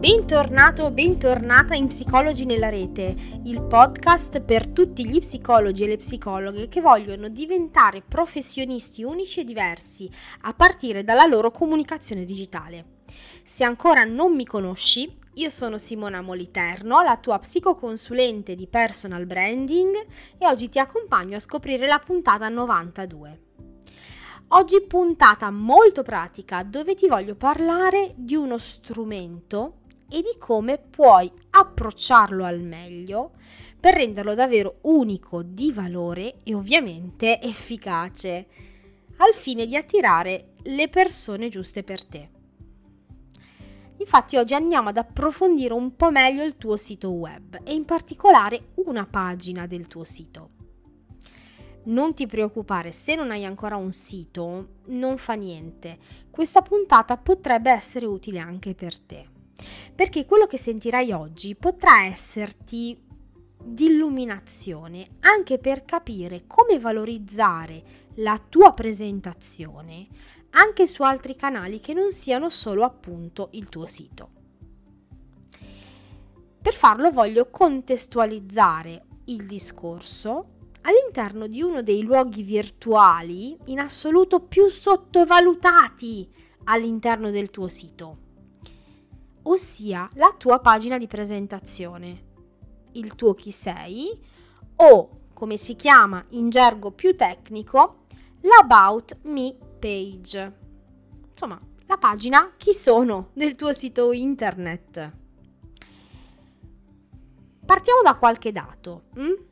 Bentornato o bentornata in Psicologi nella Rete, il podcast per tutti gli psicologi e le psicologhe che vogliono diventare professionisti unici e diversi a partire dalla loro comunicazione digitale. Se ancora non mi conosci, io sono Simona Moliterno, la tua psicoconsulente di personal branding e oggi ti accompagno a scoprire la puntata 92. Oggi puntata molto pratica dove ti voglio parlare di uno strumento e di come puoi approcciarlo al meglio per renderlo davvero unico, di valore e ovviamente efficace, al fine di attirare le persone giuste per te. Infatti oggi andiamo ad approfondire un po' meglio il tuo sito web e in particolare una pagina del tuo sito. Non ti preoccupare, se non hai ancora un sito, non fa niente. Questa puntata potrebbe essere utile anche per te, perché quello che sentirai oggi potrà esserti di illuminazione anche per capire come valorizzare la tua presentazione anche su altri canali che non siano solo appunto il tuo sito. Per farlo voglio contestualizzare il discorso all'interno di uno dei luoghi virtuali in assoluto più sottovalutati all'interno del tuo sito, ossia la tua pagina di presentazione, il tuo chi sei o, come si chiama in gergo più tecnico, l'About Me page. Insomma, la pagina chi sono del tuo sito internet. Partiamo da qualche dato.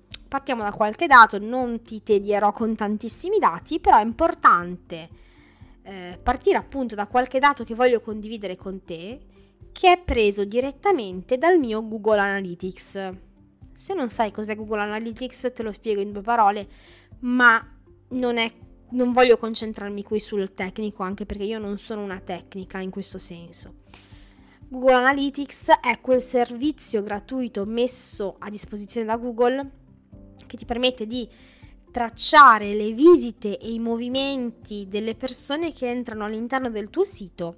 Non ti tedierò con tantissimi dati, però è importante partire appunto da qualche dato che voglio condividere con te, che è preso direttamente dal mio Google Analytics. Se non sai cos'è Google Analytics te lo spiego in 2 parole, ma non voglio concentrarmi qui sul tecnico, anche perché io non sono una tecnica in questo senso. Google Analytics è quel servizio gratuito messo a disposizione da Google che ti permette di tracciare le visite e i movimenti delle persone che entrano all'interno del tuo sito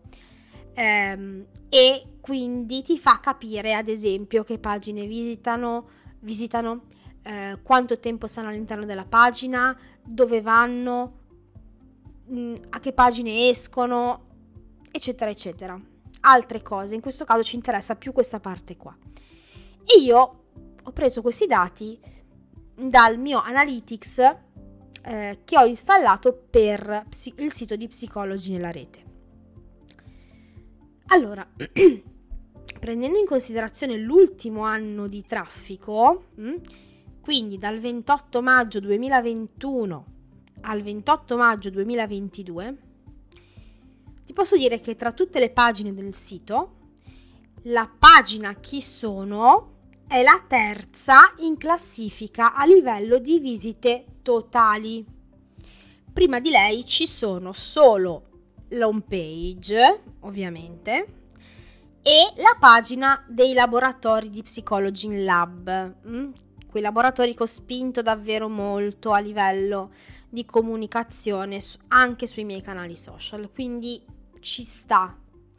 e quindi ti fa capire ad esempio che pagine visitano, quanto tempo stanno all'interno della pagina, dove vanno, a che pagine escono, eccetera eccetera. Altre cose, in questo caso ci interessa più questa parte qua. E io ho preso questi dati dal mio Analytics che ho installato per il sito di Psicologi nella Rete. Allora, prendendo in considerazione l'ultimo anno di traffico, quindi dal 28 maggio 2021 al 28 maggio 2022, ti posso dire che tra tutte le pagine del sito, la pagina Chi sono è la terza in classifica a livello di visite totali. Prima di lei ci sono solo l'home page, ovviamente, e la pagina dei laboratori di Psychology in Lab, quei laboratori che ho spinto davvero molto a livello di comunicazione anche sui miei canali social, quindi ci sta.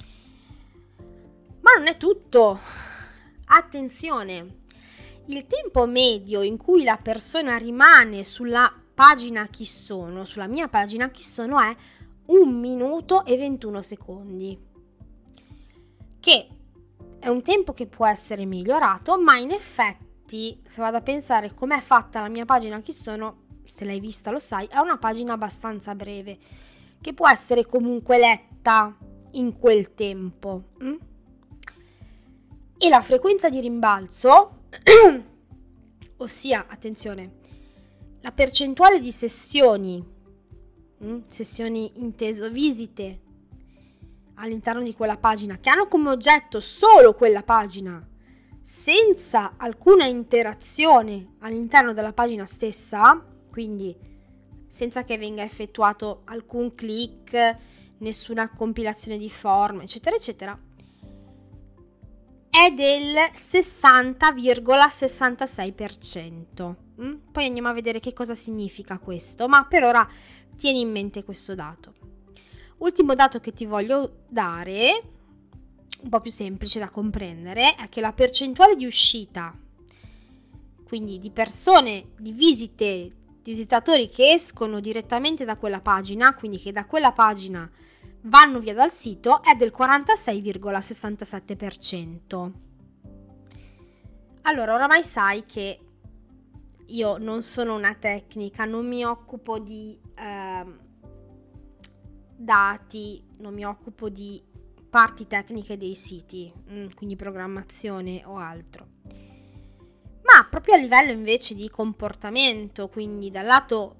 Ma non è tutto. Attenzione, il tempo medio in cui la persona rimane sulla pagina Chi sono, sulla mia pagina Chi sono, è 1 minuto e 21 secondi, che è un tempo che può essere migliorato, ma in effetti, se vado a pensare com'è fatta la mia pagina Chi sono, se l'hai vista lo sai, è una pagina abbastanza breve, che può essere comunque letta in quel tempo. E la frequenza di rimbalzo, ossia, attenzione, la percentuale di sessioni inteso visite all'interno di quella pagina, che hanno come oggetto solo quella pagina, senza alcuna interazione all'interno della pagina stessa, quindi senza che venga effettuato alcun click, nessuna compilazione di form, eccetera, eccetera, è del 60,66%. Poi andiamo a vedere che cosa significa questo, ma per ora tieni in mente questo dato. Ultimo dato che ti voglio dare, un po' più semplice da comprendere è che la percentuale di uscita, quindi di persone, di visitatori che escono direttamente da quella pagina, quindi che da quella pagina vanno via dal sito, è del 46,67%. Allora, oramai sai che io non sono una tecnica, non mi occupo di dati, non mi occupo di parti tecniche dei siti, quindi programmazione o altro. Ma proprio a livello invece di comportamento, quindi dal lato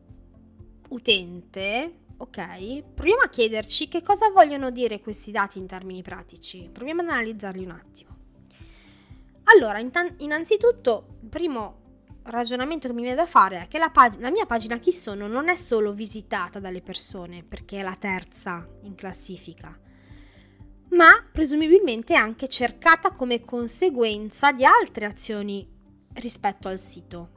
utente, ok, proviamo a chiederci che cosa vogliono dire questi dati in termini pratici. Proviamo ad analizzarli un attimo. Allora, innanzitutto, il primo ragionamento che mi viene da fare è che la mia pagina Chi sono non è solo visitata dalle persone, perché è la terza in classifica, ma presumibilmente è anche cercata come conseguenza di altre azioni rispetto al sito.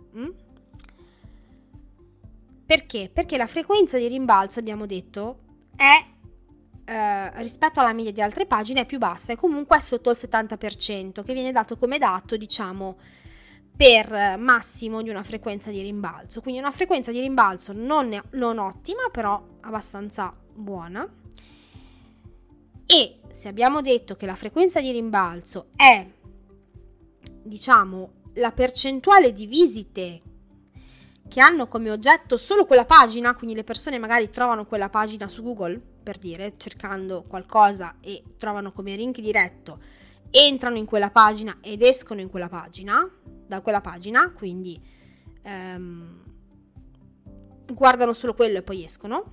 Perché? Perché la frequenza di rimbalzo, abbiamo detto, è rispetto alla media di altre pagine è più bassa, e comunque è sotto il 70%, che viene dato come dato, diciamo, per massimo di una frequenza di rimbalzo. Quindi una frequenza di rimbalzo non ottima, però abbastanza buona. E se abbiamo detto che la frequenza di rimbalzo è, diciamo, la percentuale di visite che hanno come oggetto solo quella pagina, quindi le persone magari trovano quella pagina su Google, per dire, cercando qualcosa e trovano come link diretto, entrano in quella pagina ed escono in quella pagina, da quella pagina, quindi guardano solo quello e poi escono.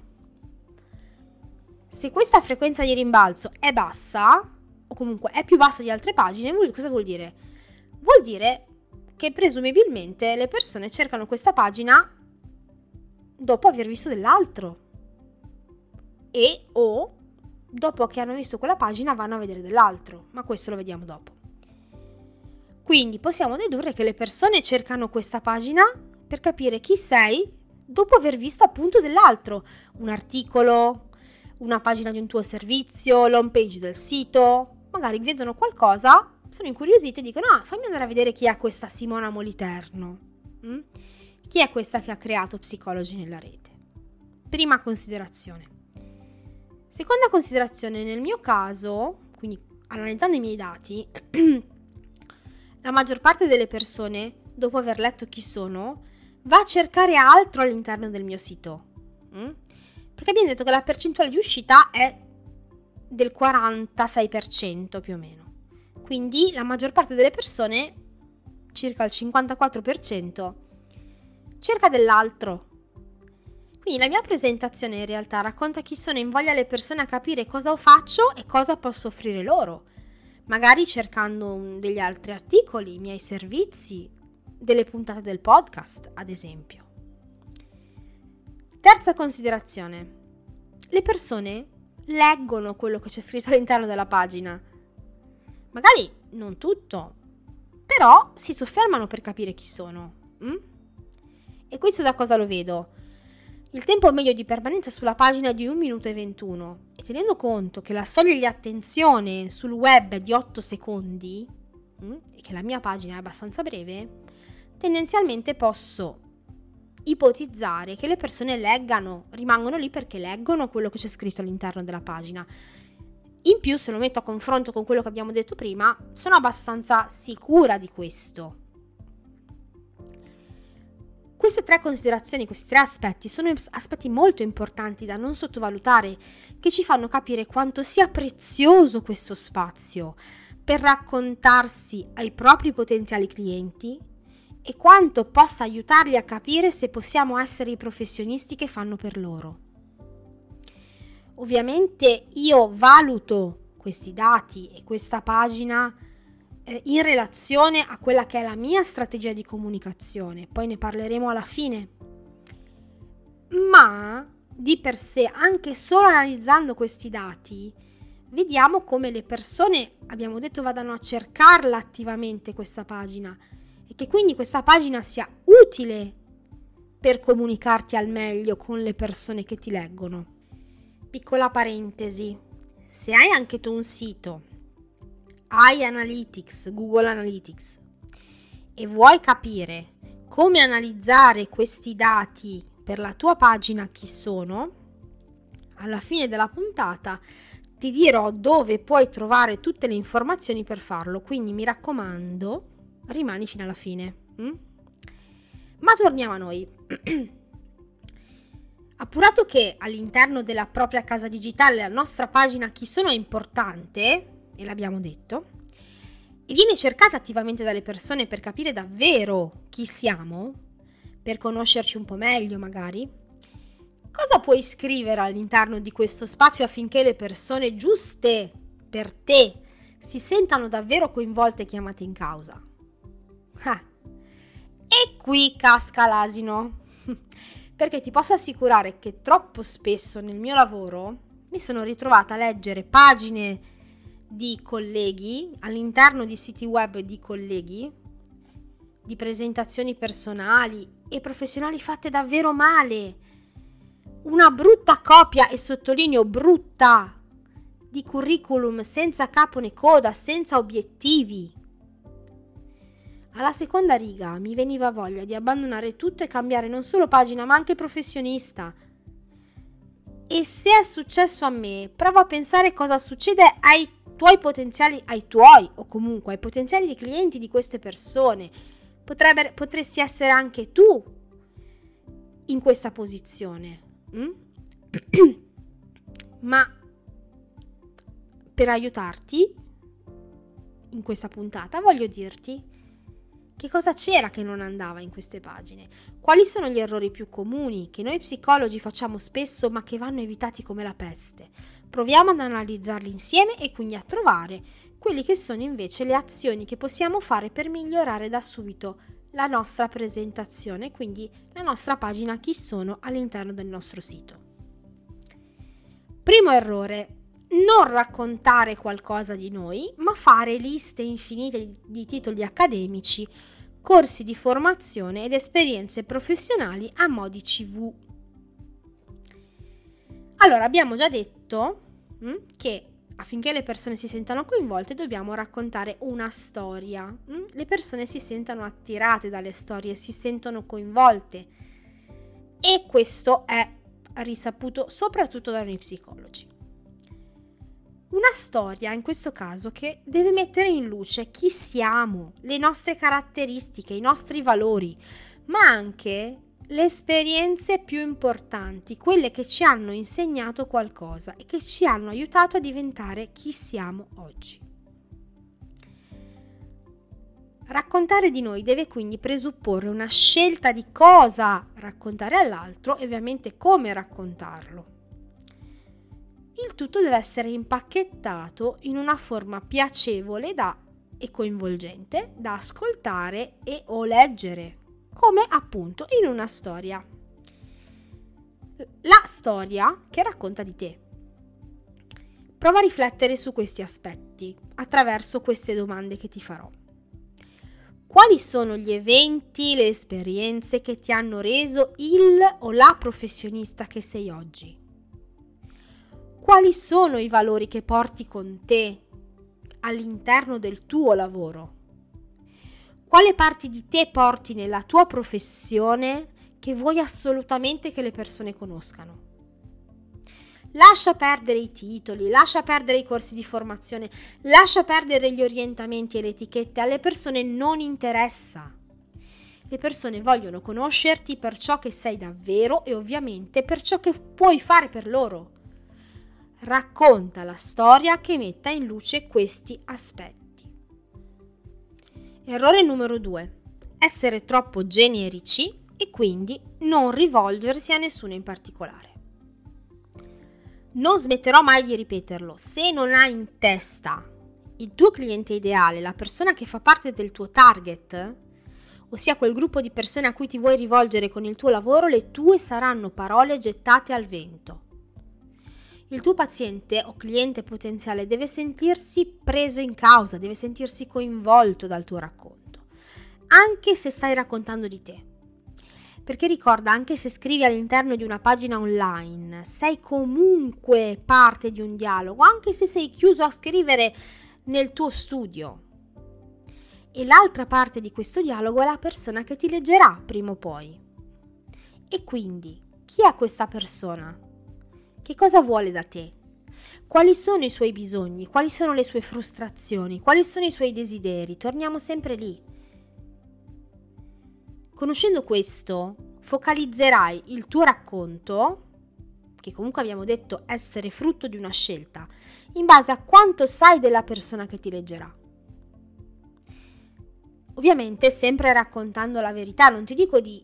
Se questa frequenza di rimbalzo è bassa, o comunque è più bassa di altre pagine, cosa vuol dire? Vuol dire che presumibilmente le persone cercano questa pagina dopo aver visto dell'altro, e o dopo che hanno visto quella pagina vanno a vedere dell'altro, ma questo lo vediamo dopo. Quindi possiamo dedurre che le persone cercano questa pagina per capire chi sei dopo aver visto appunto dell'altro, un articolo, una pagina di un tuo servizio, l'home page del sito, magari vedono qualcosa, sono incuriositi e dicono: fammi andare a vedere chi è questa Simona Moliterno, chi è questa che ha creato Psicologi nella rete. Prima considerazione. Seconda considerazione, nel mio caso, quindi analizzando i miei dati, la maggior parte delle persone, dopo aver letto chi sono, va a cercare altro all'interno del mio sito. Perché abbiamo detto che la percentuale di uscita è del 46% più o meno. Quindi la maggior parte delle persone, circa il 54%, cerca dell'altro. Quindi la mia presentazione in realtà racconta chi sono e invoglia le persone a capire cosa faccio e cosa posso offrire loro, magari cercando degli altri articoli, i miei servizi, delle puntate del podcast, ad esempio. Terza considerazione. Le persone leggono quello che c'è scritto all'interno della pagina. Magari non tutto, però si soffermano per capire chi sono. E questo da cosa lo vedo? Il tempo medio di permanenza sulla pagina è di 1 minuto e 21, e tenendo conto che la soglia di attenzione sul web è di 8 secondi e che la mia pagina è abbastanza breve, tendenzialmente posso ipotizzare che le persone rimangono lì perché leggono quello che c'è scritto all'interno della pagina. In più, se lo metto a confronto con quello che abbiamo detto prima, sono abbastanza sicura di questo. Queste tre considerazioni, questi tre aspetti sono aspetti molto importanti da non sottovalutare, che ci fanno capire quanto sia prezioso questo spazio per raccontarsi ai propri potenziali clienti e quanto possa aiutarli a capire se possiamo essere i professionisti che fanno per loro. Ovviamente io valuto questi dati e questa pagina in relazione a quella che è la mia strategia di comunicazione, poi ne parleremo alla fine. Ma di per sé, anche solo analizzando questi dati, vediamo come le persone, abbiamo detto, vadano a cercarla attivamente questa pagina, e che quindi questa pagina sia utile per comunicarti al meglio con le persone che ti leggono. Piccola parentesi, se hai anche tu un sito hai Analytics, Google Analytics, e vuoi capire come analizzare questi dati per la tua pagina chi sono, alla fine della puntata ti dirò dove puoi trovare tutte le informazioni per farlo, quindi mi raccomando, rimani fino alla fine. Ma torniamo a noi. Appurato che all'interno della propria casa digitale la nostra pagina chi sono è importante, e l'abbiamo detto, e viene cercata attivamente dalle persone per capire davvero chi siamo, per conoscerci un po' meglio magari, cosa puoi scrivere all'interno di questo spazio affinché le persone giuste per te si sentano davvero coinvolte e chiamate in causa? E qui casca l'asino, perché ti posso assicurare che troppo spesso nel mio lavoro mi sono ritrovata a leggere pagine di colleghi all'interno di siti web di colleghi, di presentazioni personali e professionali fatte davvero male, una brutta copia, e sottolineo brutta, di curriculum senza capo né coda, senza obiettivi. Alla seconda riga mi veniva voglia di abbandonare tutto e cambiare non solo pagina ma anche professionista. E se è successo a me, prova a pensare cosa succede ai tuoi potenziali clienti di queste persone. Potresti essere anche tu in questa posizione. Ma per aiutarti in questa puntata voglio dirti che cosa c'era che non andava in queste pagine, quali sono gli errori più comuni che noi psicologi facciamo spesso ma che vanno evitati come la peste. Proviamo ad analizzarli insieme e quindi a trovare quelli che sono invece le azioni che possiamo fare per migliorare da subito la nostra presentazione, quindi la nostra pagina chi sono all'interno del nostro sito. Primo errore: non raccontare qualcosa di noi, ma fare liste infinite di titoli accademici, corsi di formazione ed esperienze professionali a mo' di CV. Allora, abbiamo già detto che affinché le persone si sentano coinvolte dobbiamo raccontare una storia. Le persone si sentono attirate dalle storie, si sentono coinvolte, e questo è risaputo soprattutto da noi psicologi. Una storia, in questo caso, che deve mettere in luce chi siamo, le nostre caratteristiche, i nostri valori, ma anche le esperienze più importanti, quelle che ci hanno insegnato qualcosa e che ci hanno aiutato a diventare chi siamo oggi. Raccontare di noi deve quindi presupporre una scelta di cosa raccontare all'altro e ovviamente come raccontarlo. Il tutto deve essere impacchettato in una forma piacevole e coinvolgente da ascoltare e o leggere, come appunto in una storia. La storia che racconta di te. Prova a riflettere su questi aspetti attraverso queste domande che ti farò. Quali sono gli eventi, le esperienze che ti hanno reso il o la professionista che sei oggi? Quali sono i valori che porti con te all'interno del tuo lavoro? Quale parti di te porti nella tua professione che vuoi assolutamente che le persone conoscano? Lascia perdere i titoli, lascia perdere i corsi di formazione, lascia perdere gli orientamenti e le etichette. Alle persone non interessa. Le persone vogliono conoscerti per ciò che sei davvero e ovviamente per ciò che puoi fare per loro. Racconta la storia che metta in luce questi aspetti. Errore numero 2: essere troppo generici e quindi non rivolgersi a nessuno in particolare. Non smetterò mai di ripeterlo: se non hai in testa il tuo cliente ideale, la persona che fa parte del tuo target, ossia quel gruppo di persone a cui ti vuoi rivolgere con il tuo lavoro, le tue saranno parole gettate al vento. Il tuo paziente o cliente potenziale deve sentirsi preso in causa, deve sentirsi coinvolto dal tuo racconto, anche se stai raccontando di te. Perché ricorda, anche se scrivi all'interno di una pagina online, sei comunque parte di un dialogo, anche se sei chiuso a scrivere nel tuo studio. E l'altra parte di questo dialogo è la persona che ti leggerà prima o poi. E quindi, chi è questa persona? Che cosa vuole da te? Quali sono i suoi bisogni? Quali sono le sue frustrazioni? Quali sono i suoi desideri? Torniamo sempre lì. Conoscendo questo, focalizzerai il tuo racconto, che comunque abbiamo detto essere frutto di una scelta, in base a quanto sai della persona che ti leggerà. Ovviamente sempre raccontando la verità, non ti dico di,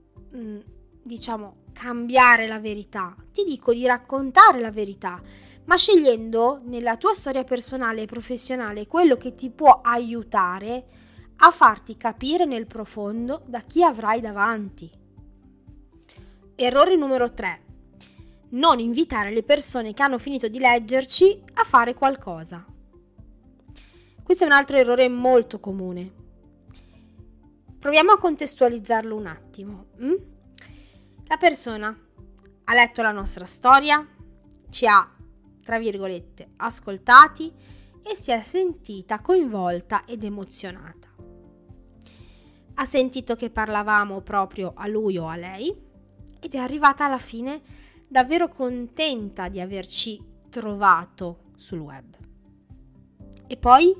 cambiare la verità, ti dico di raccontare la verità, ma scegliendo nella tua storia personale e professionale quello che ti può aiutare a farti capire nel profondo da chi avrai davanti. Errore numero 3. Non invitare le persone che hanno finito di leggerci a fare qualcosa. Questo è un altro errore molto comune. Proviamo a contestualizzarlo un attimo. La persona ha letto la nostra storia, ci ha, tra virgolette, ascoltati e si è sentita coinvolta ed emozionata. Ha sentito che parlavamo proprio a lui o a lei ed è arrivata alla fine davvero contenta di averci trovato sul web. E poi?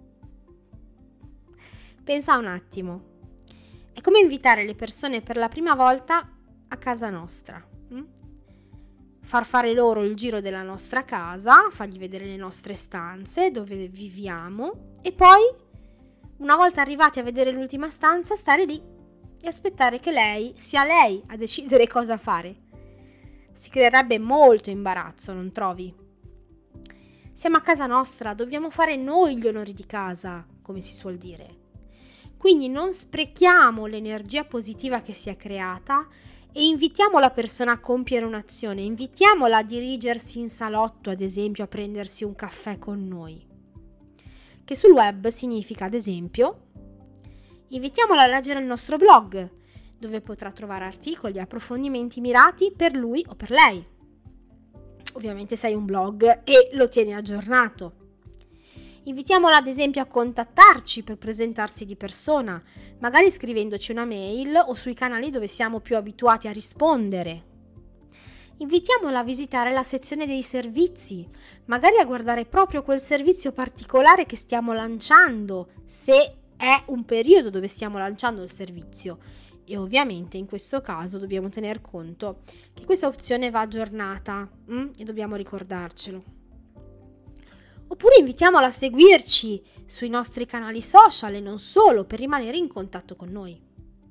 Pensa un attimo. È come invitare le persone per la prima volta a casa nostra. Far fare loro il giro della nostra casa, fargli vedere le nostre stanze, dove viviamo, e poi, una volta arrivati a vedere l'ultima stanza, stare lì e aspettare che sia lei a decidere cosa fare. Si creerebbe molto imbarazzo, non trovi? Siamo a casa nostra, dobbiamo fare noi gli onori di casa, come si suol dire. Quindi non sprechiamo l'energia positiva che si è creata e invitiamo la persona a compiere un'azione, invitiamola a dirigersi in salotto, ad esempio, a prendersi un caffè con noi. Che sul web significa, ad esempio, invitiamola a leggere il nostro blog, dove potrà trovare articoli e approfondimenti mirati per lui o per lei. Ovviamente se hai un blog e lo tieni aggiornato. Invitiamola ad esempio a contattarci per presentarsi di persona, magari scrivendoci una mail o sui canali dove siamo più abituati a rispondere. Invitiamola a visitare la sezione dei servizi, magari a guardare proprio quel servizio particolare che stiamo lanciando, se è un periodo dove stiamo lanciando il servizio. E ovviamente in questo caso dobbiamo tener conto che questa opzione va aggiornata e dobbiamo ricordarcelo. Oppure invitiamola a seguirci sui nostri canali social e non solo, per rimanere in contatto con noi.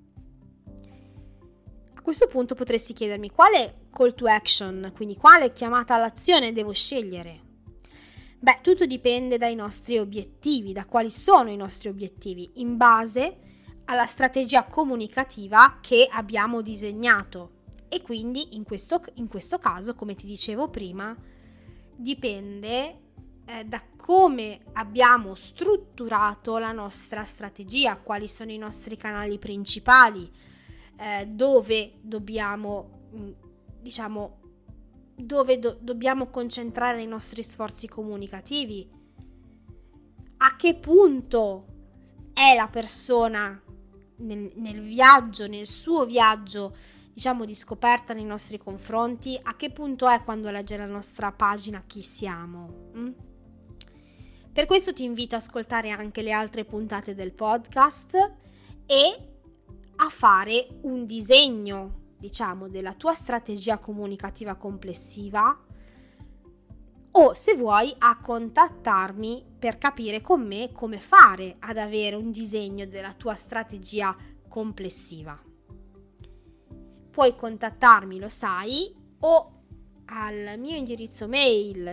A questo punto potresti chiedermi quale call to action, quindi quale chiamata all'azione devo scegliere. Beh, tutto dipende dai nostri obiettivi, da quali sono i nostri obiettivi, in base alla strategia comunicativa che abbiamo disegnato. E quindi in questo caso, come ti dicevo prima, dipende da come abbiamo strutturato la nostra strategia, quali sono i nostri canali principali, dove dobbiamo dobbiamo concentrare i nostri sforzi comunicativi, a che punto è la persona nel viaggio, nel suo viaggio di scoperta nei nostri confronti, a che punto è quando legge la nostra pagina chi siamo. Per questo ti invito ad ascoltare anche le altre puntate del podcast e a fare un disegno, della tua strategia comunicativa complessiva, o se vuoi a contattarmi per capire con me come fare ad avere un disegno della tua strategia complessiva. Puoi contattarmi, lo sai, o al mio indirizzo mail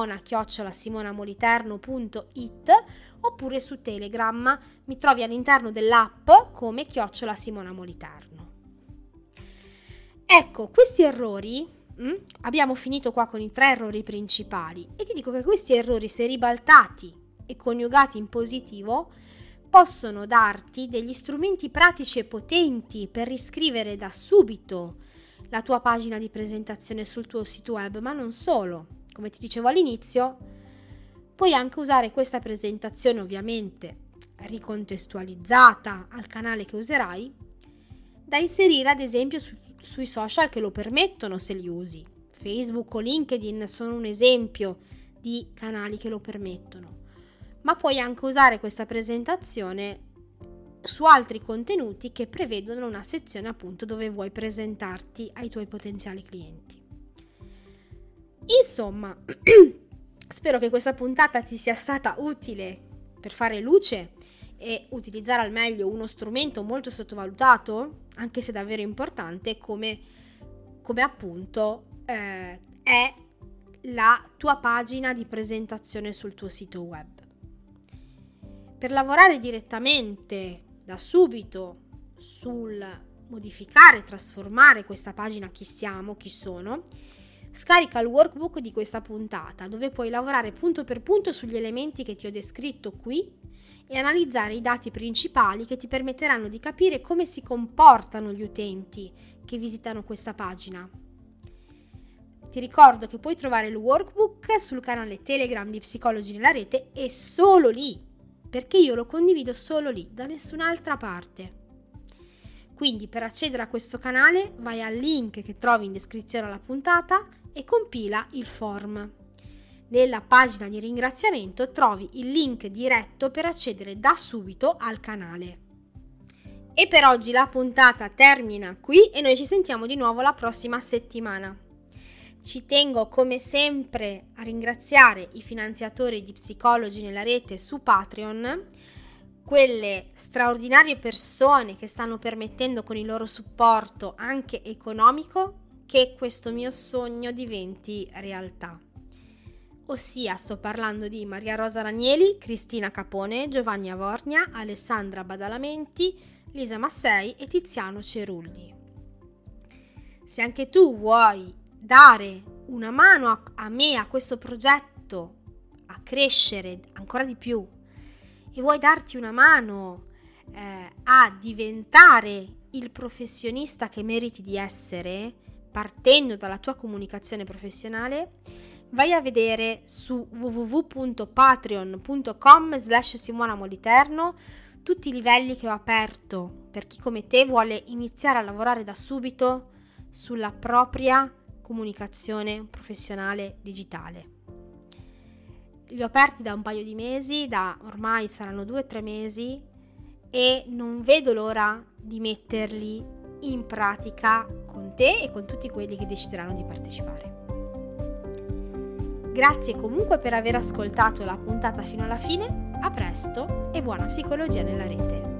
simona@simonamoliterno.it oppure su Telegram mi trovi all'interno dell'app come @simonamoliterno. Ecco, questi errori, abbiamo finito qua con i 3 errori principali e ti dico che questi errori, se ribaltati e coniugati in positivo, possono darti degli strumenti pratici e potenti per riscrivere da subito la tua pagina di presentazione sul tuo sito web, ma non solo. Come ti dicevo all'inizio, Puoi anche usare questa presentazione, ovviamente ricontestualizzata al canale che userai, da inserire ad esempio sui social che lo permettono se li usi. Facebook o LinkedIn sono un esempio di canali che lo permettono, ma puoi anche usare questa presentazione su altri contenuti che prevedono una sezione appunto dove vuoi presentarti ai tuoi potenziali clienti. Insomma, spero che questa puntata ti sia stata utile per fare luce e utilizzare al meglio uno strumento molto sottovalutato, anche se davvero importante, come appunto è la tua pagina di presentazione sul tuo sito web. Per lavorare direttamente da subito sul modificare e trasformare questa pagina chi sono, scarica il workbook di questa puntata, dove puoi lavorare punto per punto sugli elementi che ti ho descritto qui e analizzare i dati principali che ti permetteranno di capire come si comportano gli utenti che visitano questa pagina. Ti ricordo che puoi trovare il workbook sul canale Telegram di Psicologi nella Rete e solo lì, perché io lo condivido solo lì, da nessun'altra parte. Quindi per accedere a questo canale vai al link che trovi in descrizione alla puntata e compila il form. Nella pagina di ringraziamento trovi il link diretto per accedere da subito al canale. E per oggi la puntata termina qui e noi ci sentiamo di nuovo la prossima settimana. Ci tengo come sempre a ringraziare i finanziatori di Psicologi nella Rete su Patreon, quelle straordinarie persone che stanno permettendo con il loro supporto anche economico che questo mio sogno diventi realtà. Ossia, sto parlando di Maria Rosa Ranieri, Cristina Capone, Giovanni Avornia, Alessandra Badalamenti, Lisa Massei e Tiziano Cerulli. Se anche tu vuoi dare una mano a me, a questo progetto, a crescere ancora di più, e vuoi darti una mano a diventare il professionista che meriti di essere, partendo dalla tua comunicazione professionale, vai a vedere su www.patreon.com/Simona Moliterno tutti i livelli che ho aperto per chi come te vuole iniziare a lavorare da subito sulla propria comunicazione professionale digitale. Li ho aperti da un paio di mesi, da ormai saranno 2-3 mesi e non vedo l'ora di metterli in pratica con te e con tutti quelli che decideranno di partecipare. Grazie comunque per aver ascoltato la puntata fino alla fine, a presto e buona psicologia nella rete.